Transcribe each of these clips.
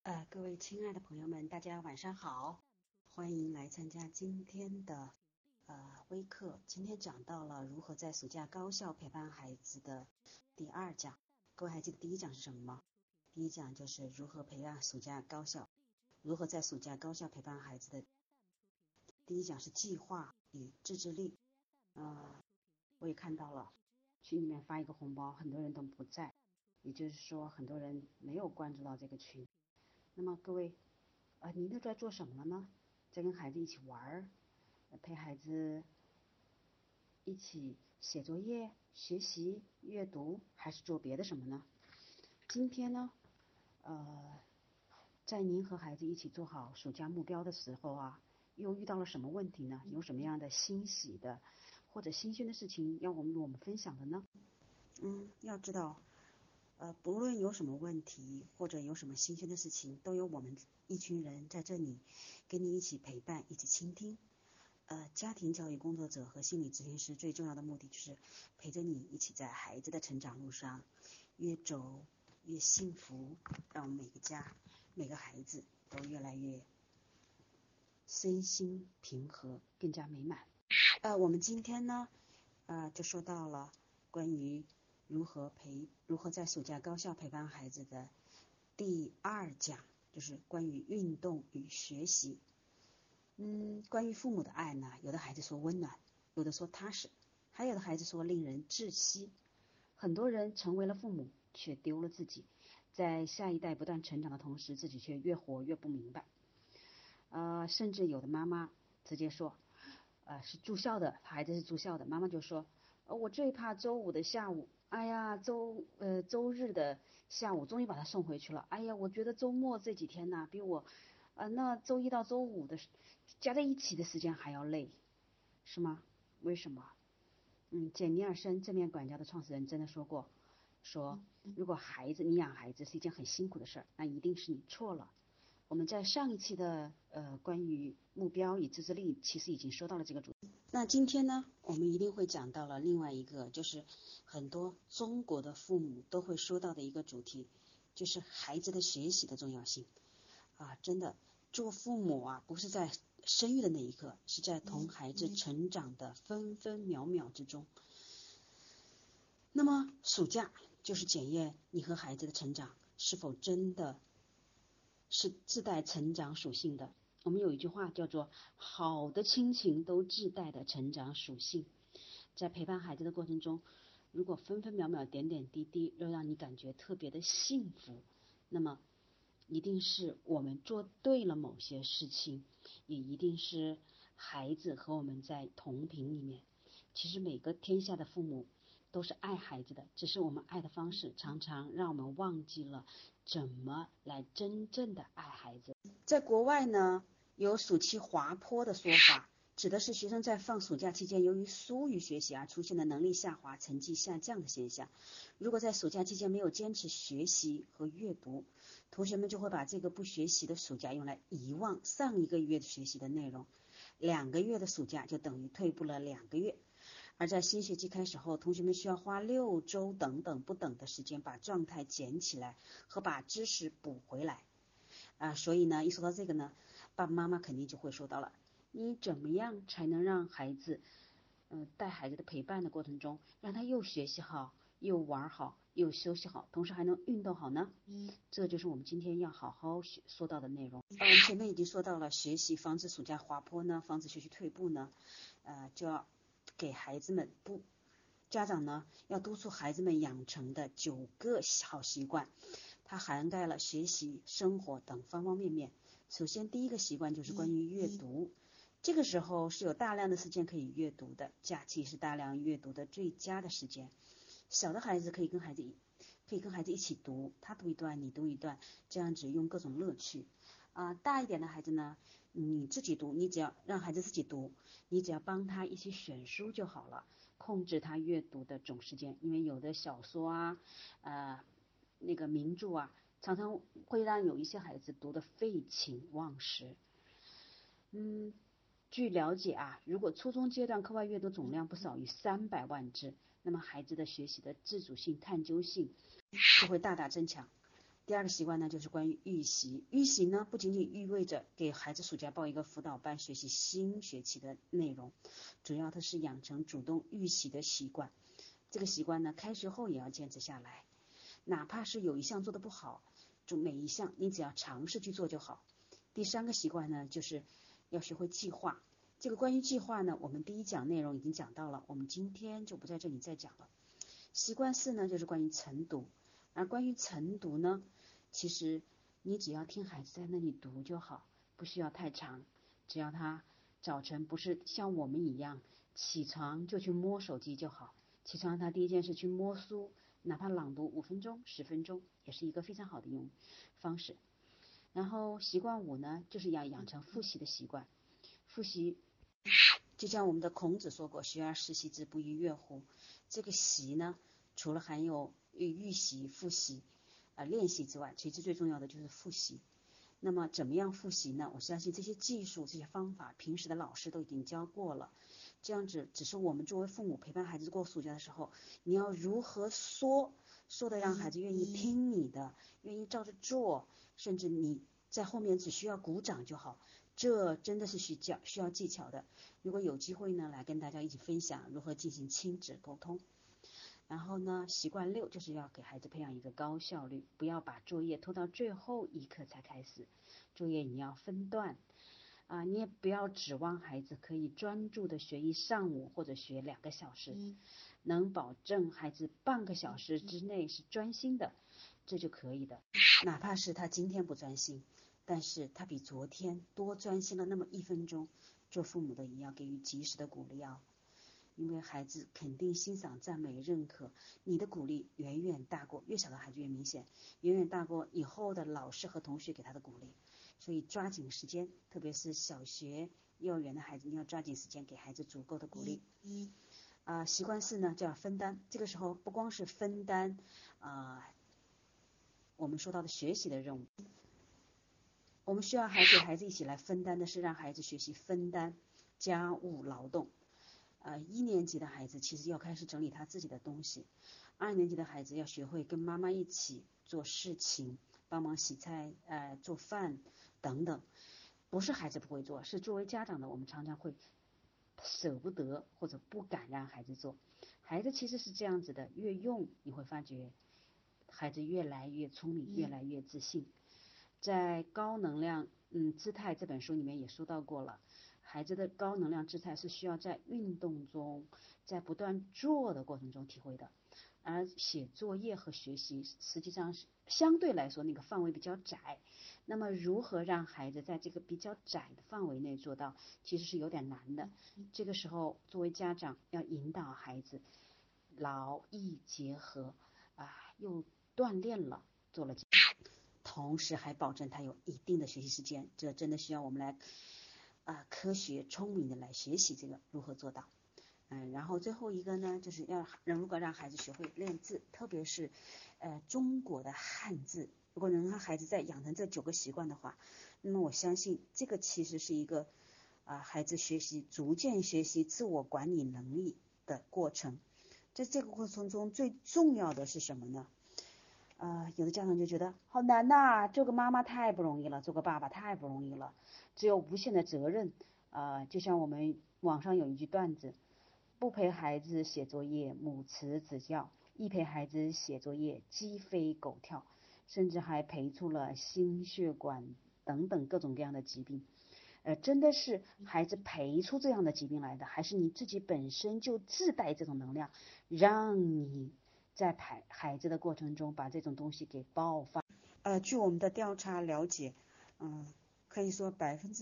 各位亲爱的朋友们，大家晚上好，欢迎来参加今天的微课。今天讲到了如何在暑假高效陪伴孩子的第2讲。各位还记得第1讲是什么吗？第1讲就是如何在暑假高效陪伴孩子的。第1讲是计划与自制力。我也看到了群里面发一个红包，很多人都不在，也就是说很多人没有关注到这个群。那么各位，您都在做什么了呢？在跟孩子一起玩，陪孩子一起写作业、学习、阅读，还是做别的什么呢？今天呢，在您和孩子一起做好暑假目标的时候啊，又遇到了什么问题呢？有什么样的欣喜的或者新鲜的事情要我们分享的呢？要知道，不论有什么问题或者有什么新鲜的事情，都有我们一群人在这里跟你一起陪伴，一起倾听。家庭教育工作者和心理咨询师最重要的目的就是陪着你一起在孩子的成长路上越走越幸福，让我们每个家每个孩子都越来越身心平和，更加美满。我们今天呢就说到了关于如何在暑假高效陪伴孩子的第2讲，就是关于运动与学习。关于父母的爱呢，有的孩子说温暖，有的说踏实，还有的孩子说令人窒息。很多人成为了父母，却丢了自己，在下一代不断成长的同时，自己却越活越不明白。甚至有的妈妈直接说，是住校的，孩子是住校的，妈妈就说，我最怕周五的下午，哎呀，周日的下午终于把他送回去了，哎呀，我觉得周末这几天呢，比我那周一到周五的加在一起的时间还要累，是吗？为什么？简尼尔森正面管教的创始人真的说过，如果你养孩子是一件很辛苦的事儿，那一定是你错了。我们在上一期的关于目标与自制力其实已经说到了这个主题。那今天呢，我们一定会讲到了另外一个，就是很多中国的父母都会说到的一个主题，就是孩子的学习的重要性。真的做父母啊，不是在生育的那一刻，是在同孩子成长的分分秒秒之中。那么暑假就是检验你和孩子的成长是否真的是自带成长属性的。我们有一句话叫做好的亲情都自带的成长属性。在陪伴孩子的过程中，如果分分秒秒点点滴滴都让你感觉特别的幸福，那么一定是我们做对了某些事情，也一定是孩子和我们在同频里面。其实每个天下的父母都是爱孩子的，只是我们爱的方式常常让我们忘记了怎么来真正的爱孩子。在国外呢，有暑期滑坡的说法，指的是学生在放暑假期间由于疏于学习而出现的能力下滑、成绩下降的现象。如果在暑假期间没有坚持学习和阅读，同学们就会把这个不学习的暑假用来遗忘上一个月学习的内容，2个月的暑假就等于退步了2个月。而在新学期开始后，同学们需要花6周等等不等的时间把状态捡起来和把知识补回来。所以呢，一说到这个呢，爸爸妈妈肯定就会说到了，你怎么样才能让孩子带孩子的陪伴的过程中，让他又学习好，又玩好，又休息好，同时还能运动好呢？这就是我们今天要好好说到的内容。我们前面已经说到了，学习防止暑假滑坡呢，防止学习退步呢，就要给孩子们家长呢要督促孩子们养成的9个好习惯，它涵盖了学习、生活等方方面面。首先第一个习惯就是关于阅读，这个时候是有大量的时间可以阅读的，假期是大量阅读的最佳的时间。小的孩子可以跟孩子一起读，他读一段你读一段，这样子用各种乐趣。大一点的孩子呢，你自己读，你只要让孩子自己读，你只要帮他一起选书就好了，控制他阅读的总时间。因为有的小说啊那个名著啊，常常会让有一些孩子读得废寝忘食。据了解啊，如果初中阶段课外阅读总量不少于300万字，那么孩子的学习的自主性、探究性就会大大增强。 第二个习惯呢，就是关于预习。预习呢，不仅仅意味着给孩子暑假报一个辅导班学习新学期的内容，主要的是养成主动预习的习惯。这个习惯呢，开学后也要坚持下来，哪怕是有一项做得不好，就每一项你只要尝试去做就好。第三个习惯呢，就是要学会计划。这个关于计划呢，我们第一讲内容已经讲到了，我们今天就不在这里再讲了。习惯4呢，就是关于晨读。而关于晨读呢，其实你只要听孩子在那里读就好，不需要太长，只要他早晨不是像我们一样起床就去摸手机就好，起床他第一件事去摸书，哪怕朗读5分钟、10分钟，也是一个非常好的方式。然后习惯5呢，就是要养成复习的习惯。复习就像我们的孔子说过，学而时习之，不亦说乎。这个习呢，除了含有预习、复习练习之外，其实最重要的就是复习。那么怎么样复习呢？我相信这些技术、这些方法，平时的老师都已经教过了。这样子，只是我们作为父母陪伴孩子过暑假的时候，你要如何说的让孩子愿意听你的，愿意照着做，甚至你在后面只需要鼓掌就好。这真的是需要技巧的。如果有机会呢，来跟大家一起分享如何进行亲子沟通。然后呢，习惯6就是要给孩子培养一个高效率，不要把作业拖到最后一刻才开始，作业你要分段你也不要指望孩子可以专注的学1上午或者学2个小时，能保证孩子半个小时之内是专心的，这就可以的。哪怕是他今天不专心，但是他比昨天多专心了那么1分钟，做父母的也要给予及时的鼓励因为孩子肯定欣赏、赞美、认可，你的鼓励远远大过，越小的孩子越明显，远远大过以后的老师和同学给他的鼓励。所以抓紧时间，特别是小学、幼儿园的孩子，你要抓紧时间给孩子足够的鼓励。习惯4呢，就要分担。这个时候不光是分担我们说到的学习的任务，我们需要给孩子一起来分担的是让孩子学习分担家务劳动。1年级的孩子其实要开始整理他自己的东西，2年级的孩子要学会跟妈妈一起做事情，帮忙洗菜、做饭等等。不是孩子不会做，是作为家长的我们常常会舍不得或者不敢让孩子做。孩子其实是这样子的，越用你会发觉孩子越来越聪明，越来越自信。在高能量姿态这本书里面也说到过了，孩子的高能量姿态是需要在运动中，在不断做的过程中体会的。而写作业和学习实际上是相对来说那个范围比较窄，那么如何让孩子在这个比较窄的范围内做到，其实是有点难的。这个时候作为家长要引导孩子劳逸结合又锻炼了，做了同时还保证他有一定的学习时间，这真的需要我们来科学聪明的来学习这个如何做到。然后最后一个呢，就是如果让孩子学会练字，特别是中国的汉字，如果能让孩子再养成这9个习惯的话，那么我相信这个其实是一个孩子逐渐学习自我管理能力的过程。在这个过程中最重要的是什么呢？有的家长就觉得好难呐，做个妈妈太不容易了，做个爸爸太不容易了，只有无限的责任就像我们网上有一句段子，不陪孩子写作业母慈子孝，一陪孩子写作业鸡飞狗跳，甚至还陪出了心血管等等各种各样的疾病。真的是孩子陪出这样的疾病来的，还是你自己本身就自带这种能量，让你在孩子的过程中把这种东西给爆发？据我们的调查了解，可以说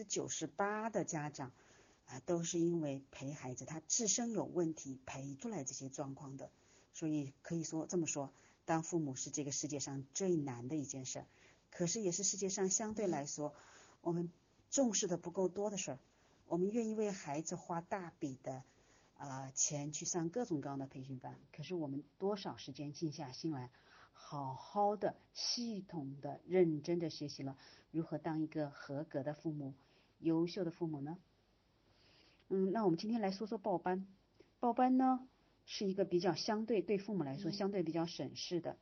98%的家长都是因为陪孩子他自身有问题陪出来这些状况的。所以可以说这么说，当父母是这个世界上最难的一件事，可是也是世界上相对来说我们重视的不够多的事儿。我们愿意为孩子花大笔的钱去上各种各样的培训班，可是我们多少时间静下心来好好的系统的认真的学习了如何当一个合格的父母，优秀的父母呢？那我们今天来说说报班。报班呢是一个比较对父母来说相对比较省事的，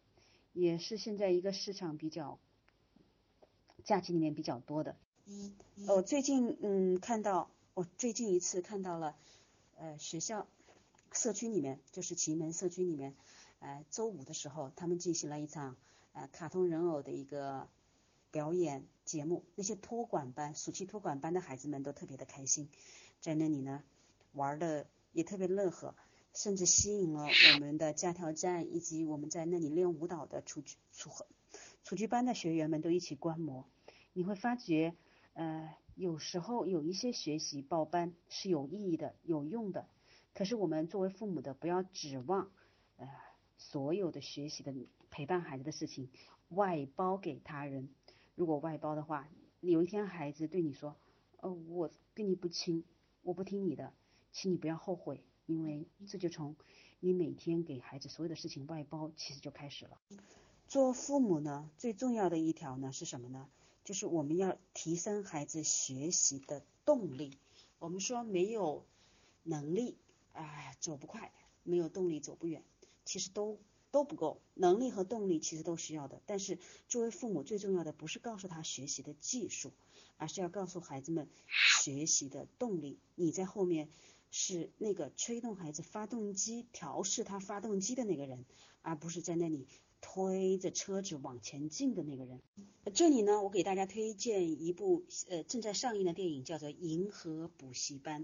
也是现在一个市场比较假期里面比较多的。我最近最近一次看到了学校社区里面，就是奇门社区里面，周五的时候他们进行了一场卡通人偶的一个表演节目。那些暑期托管班的孩子们都特别的开心，在那里呢玩的也特别乐呵，甚至吸引了我们的家条站以及我们在那里练舞蹈的雏菊班的学员们都一起观摩。你会发觉有时候有一些学习报班是有意义的、有用的，可是我们作为父母的不要指望所有的学习的陪伴孩子的事情外包给他人。如果外包的话，有一天孩子对你说我跟你不亲，我不听你的，请你不要后悔，因为这就从你每天给孩子所有的事情外包其实就开始了。做父母呢，最重要的一条呢是什么呢？就是我们要提升孩子学习的动力。我们说没有能力走不快，没有动力走不远，其实都不够，能力和动力其实都需要的。但是作为父母最重要的不是告诉他学习的技术，而是要告诉孩子们学习的动力。你在后面是那个吹动孩子发动机、调试他发动机的那个人，而不是在那里推着车子往前进的那个人。这里呢，我给大家推荐一部正在上映的电影，叫做《银河补习班》。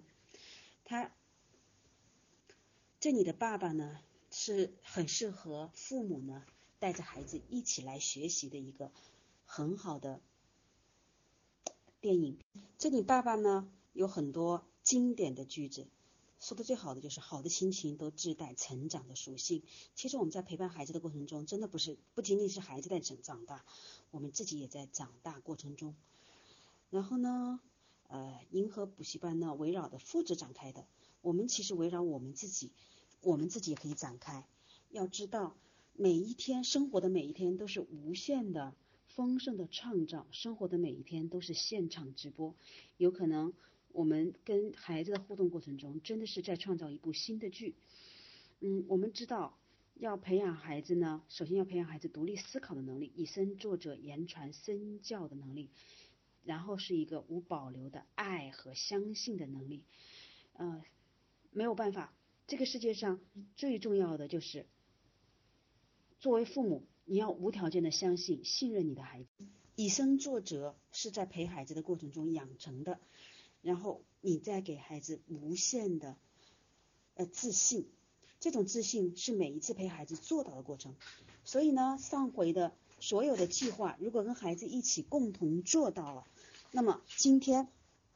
这里的爸爸呢是很适合父母呢带着孩子一起来学习的一个很好的电影。这里爸爸呢有很多经典的句子，说的最好的就是好的亲情都自带成长的属性。其实我们在陪伴孩子的过程中，真的不仅仅是孩子在长大，我们自己也在长大过程中。然后呢银河补习班呢围绕着父子展开的，我们其实围绕我们自己也可以展开。要知道生活的每一天都是无限的丰盛的创造，生活的每一天都是现场直播。有可能我们跟孩子的互动过程中，真的是在创造一部新的剧。我们知道要培养孩子呢，首先要培养孩子独立思考的能力，以身作则、言传身教的能力，然后是一个无保留的爱和相信的能力。没有办法，这个世界上最重要的就是作为父母，你要无条件的相信、信任你的孩子。以身作则是在陪孩子的过程中养成的，然后你再给孩子无限的自信，这种自信是每一次陪孩子做到的过程。所以呢，上回的所有的计划，如果跟孩子一起共同做到了，那么今天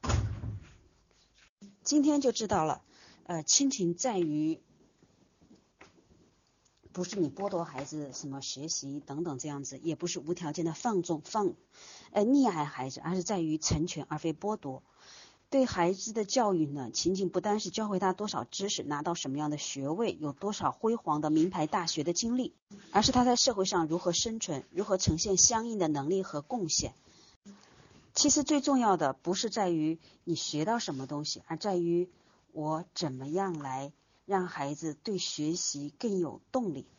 就知道了，亲情在于不是你剥夺孩子什么学习等等这样子，也不是无条件的溺爱孩子，而是在于成全而非剥夺。对孩子的教育呢，仅仅不单是教会他多少知识，拿到什么样的学位，有多少辉煌的名牌大学的经历，而是他在社会上如何生存，如何呈现相应的能力和贡献。其实最重要的不是在于你学到什么东西，而在于我怎么样来让孩子对学习更有动力。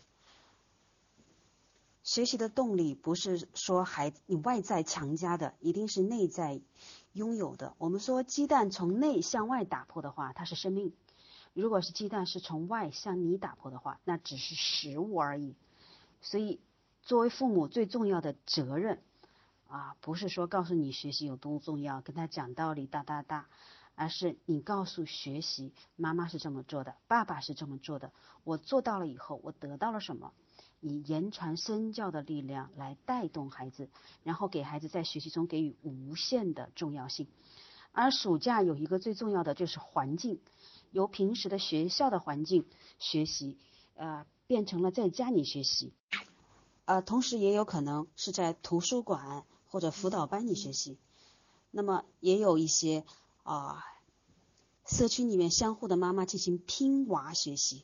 学习的动力不是说你外在强加的，一定是内在拥有的。我们说鸡蛋从内向外打破的话，它是生命；如果是鸡蛋是从外向你打破的话，那只是食物而已。所以作为父母最重要的责任不是说告诉你学习有多重要，跟他讲道理而是你告诉学习，妈妈是这么做的，爸爸是这么做的，我做到了以后我得到了什么，以言传身教的力量来带动孩子，然后给孩子在学习中给予无限的重要性。而暑假有一个最重要的就是环境，由平时的学校的环境学习变成了在家里学习，同时也有可能是在图书馆或者辅导班里学习。那么也有一些社区里面相互的妈妈进行拼娃学习。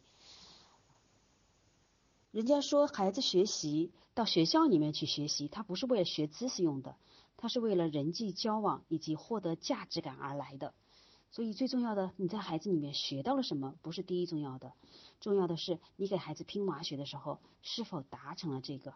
人家说孩子学习到学校里面去学习，他不是为了学知识用的，他是为了人际交往以及获得价值感而来的。所以最重要的，你在孩子里面学到了什么不是第一重要的，重要的是你给孩子拼娃学的时候是否达成了这个。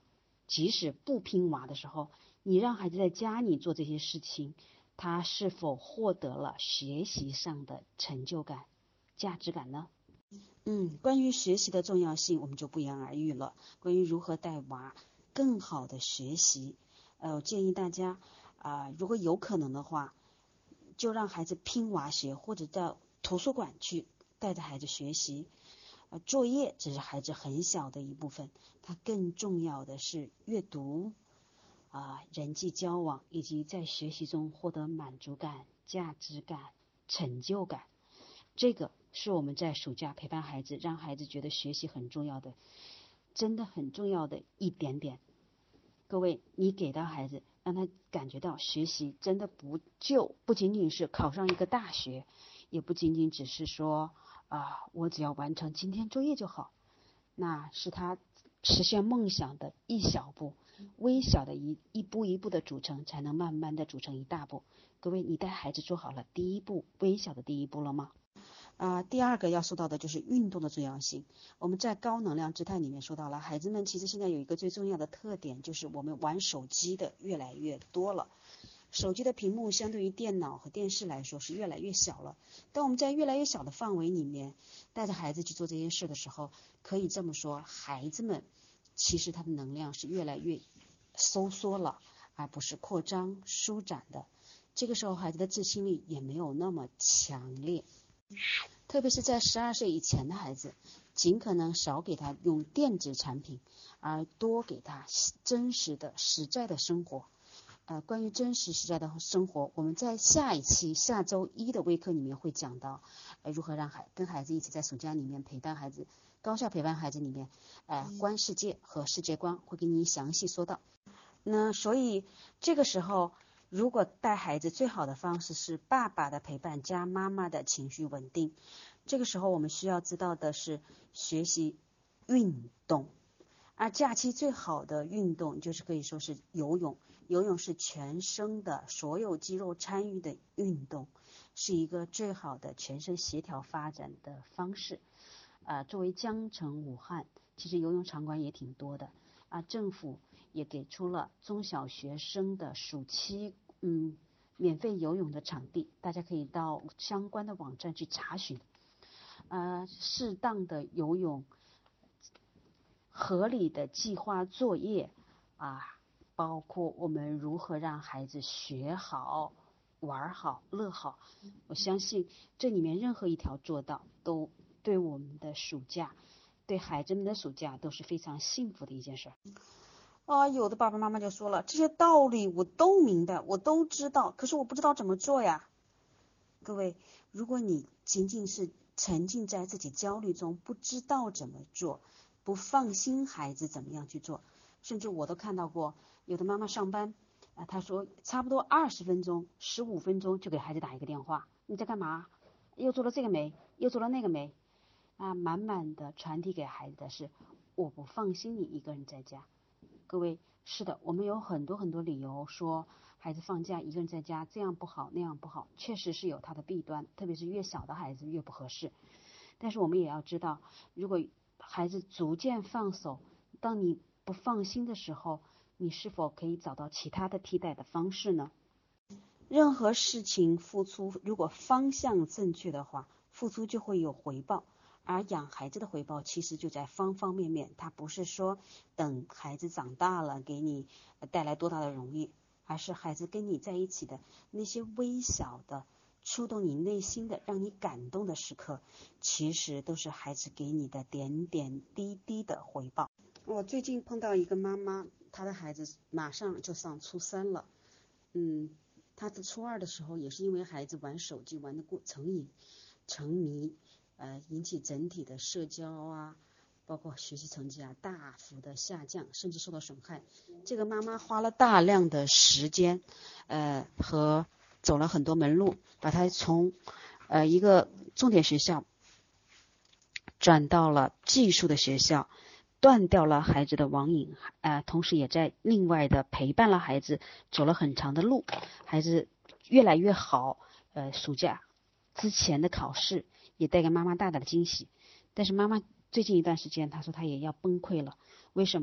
即使不拼娃的时候，你让孩子在家里做这些事情，他是否获得了学习上的成就感、价值感呢？关于学习的重要性，我们就不言而喻了。关于如何带娃更好的学习，我建议大家如果有可能的话，就让孩子拼娃学，或者到图书馆去带着孩子学习。作业只是孩子很小的一部分，它更重要的是阅读人际交往，以及在学习中获得满足感、价值感、成就感。这个是我们在暑假陪伴孩子，让孩子觉得学习很重要的，真的很重要的一点点。各位，你给到孩子，让他感觉到学习真的不仅仅是考上一个大学，也不仅仅只是说我只要完成今天作业就好，那是他实现梦想的一小步，微小的一步一步的组成，才能慢慢的组成一大步。各位，你带孩子做好了第一步，微小的第一步了吗？第二个要说到的就是运动的重要性。我们在高能量姿态里面说到了，孩子们其实现在有一个最重要的特点，就是我们玩手机的越来越多了。手机的屏幕相对于电脑和电视来说是越来越小了。当我们在越来越小的范围里面带着孩子去做这件事的时候，可以这么说，孩子们其实他的能量是越来越收缩了，而不是扩张舒展的。这个时候孩子的自信力也没有那么强烈。特别是在12岁以前的孩子，尽可能少给他用电子产品，而多给他真实的实在的生活。关于真实实在的生活，我们在下一期下周一的微课里面会讲到如何让跟孩子一起在暑假里面陪伴孩子，高效陪伴孩子里面观世界和世界观会给你详细说到。那所以这个时候如果带孩子，最好的方式是爸爸的陪伴加妈妈的情绪稳定。这个时候我们需要知道的是学习运动，而假期最好的运动就是可以说是游泳。游泳是全身的所有肌肉参与的运动，是一个最好的全身协调发展的方式。作为江城武汉，其实游泳场馆也挺多的政府也给出了中小学生的暑期免费游泳的场地，大家可以到相关的网站去查询。适当的游泳，合理的计划作业包括我们如何让孩子学好、玩好、乐好，我相信这里面任何一条做到，都对我们的暑假，对孩子们的暑假都是非常幸福的一件事。有的爸爸妈妈就说了，这些道理我都明白，我都知道，可是我不知道怎么做呀。各位，如果你仅仅是沉浸在自己焦虑中，不知道怎么做，不放心孩子怎么样去做，甚至我都看到过有的妈妈上班她说差不多20分钟、15分钟就给孩子打一个电话，你在干嘛？又做了这个没？又做了那个没？满满的传递给孩子的是我不放心你一个人在家。各位，是的，我们有很多很多理由说孩子放假一个人在家这样不好那样不好，确实是有它的弊端，特别是越小的孩子越不合适。但是我们也要知道，如果孩子逐渐放手，当你不放心的时候，你是否可以找到其他的替代的方式呢？任何事情付出，如果方向正确的话，付出就会有回报。而养孩子的回报其实就在方方面面，它不是说等孩子长大了给你带来多大的荣誉，而是孩子跟你在一起的那些微小的触动你内心的让你感动的时刻，其实都是孩子给你的点点滴滴的回报。我最近碰到一个妈妈，她的孩子马上就上初3了，她在初2的时候也是因为孩子玩手机玩的沉迷引起整体的社交包括学习成绩大幅的下降，甚至受到损害。这个妈妈花了大量的时间和走了很多门路，把她从一个重点学校转到了技术的学校，断掉了孩子的网瘾同时也在另外的陪伴了孩子走了很长的路，孩子越来越好。暑假之前的考试也带给妈妈大大的惊喜，但是妈妈最近一段时间她说她也要崩溃了。为什么呢？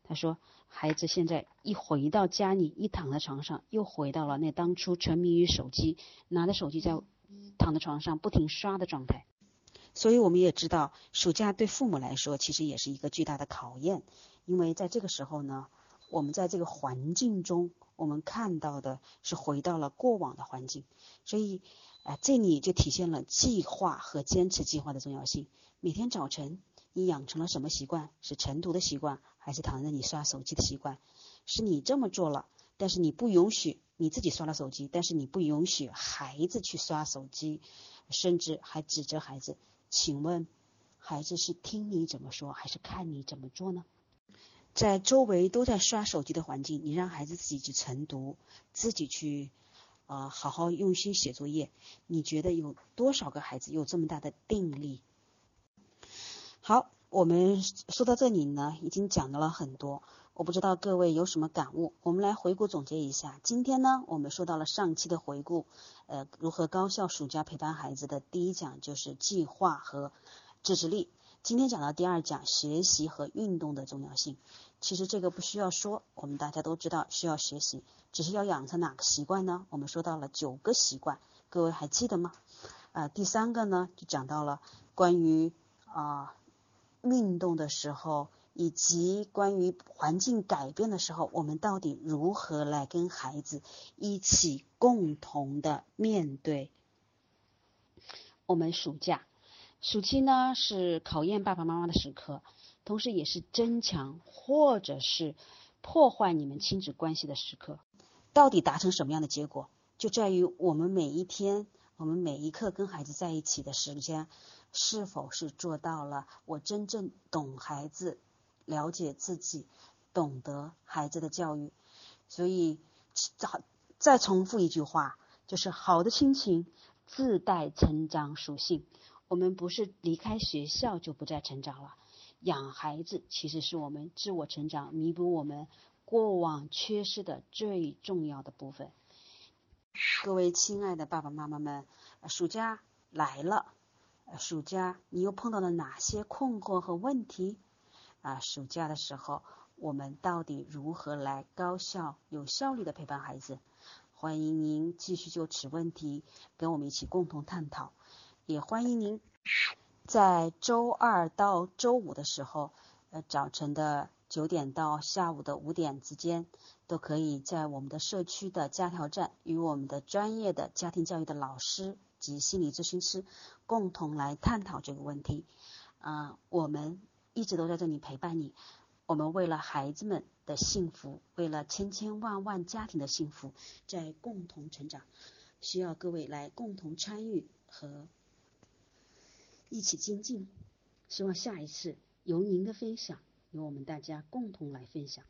他说孩子现在一回到家里，一躺在床上，又回到了那当初沉迷于手机，拿着手机在躺在床上不停刷的状态。所以我们也知道，暑假对父母来说其实也是一个巨大的考验，因为在这个时候呢，我们在这个环境中，我们看到的是回到了过往的环境，所以这里就体现了计划和坚持计划的重要性。每天早晨你养成了什么习惯？是晨读的习惯，还是躺在那里刷手机的习惯？是你这么做了，但是你不允许你自己刷了手机，但是你不允许孩子去刷手机，甚至还指责孩子。请问孩子是听你怎么说，还是看你怎么做呢？在周围都在刷手机的环境，你让孩子自己去晨读，自己去好好用心写作业，你觉得有多少个孩子有这么大的定力？好，我们说到这里呢，已经讲到了很多，我不知道各位有什么感悟。我们来回顾总结一下。今天呢，我们说到了上期的回顾，如何高效暑假陪伴孩子的第一讲就是计划和自制力。今天讲到第二讲，学习和运动的重要性。其实这个不需要说，我们大家都知道需要学习，只是要养成哪个习惯呢？我们说到了9个习惯，各位还记得吗？第3个呢，就讲到了关于运动的时候，以及关于环境改变的时候，我们到底如何来跟孩子一起共同的面对我们暑假。暑期呢是考验爸爸妈妈的时刻，同时也是增强或者是破坏你们亲子关系的时刻。到底达成什么样的结果，就在于我们每一天，我们每一刻跟孩子在一起的时间，是否是做到了我真正懂孩子，了解自己，懂得孩子的教育。所以再重复一句话，就是好的亲情自带成长属性。我们不是离开学校就不再成长了，养孩子其实是我们自我成长，弥补我们过往缺失的最重要的部分。各位亲爱的爸爸妈妈们，暑假来了，暑假你又碰到了哪些困惑和问题？暑假的时候，我们到底如何来高效有效率的陪伴孩子？欢迎您继续就此问题跟我们一起共同探讨，也欢迎您在周2到周5的时候，早晨的9点到下午的5点之间，都可以在我们的社区的家调站与我们的专业的家庭教育的老师及心理咨询师共同来探讨这个问题。我们一直都在这里陪伴你，我们为了孩子们的幸福，为了千千万万家庭的幸福，在共同成长，需要各位来共同参与和一起精进。希望下一次由您的分享，由我们大家共同来分享。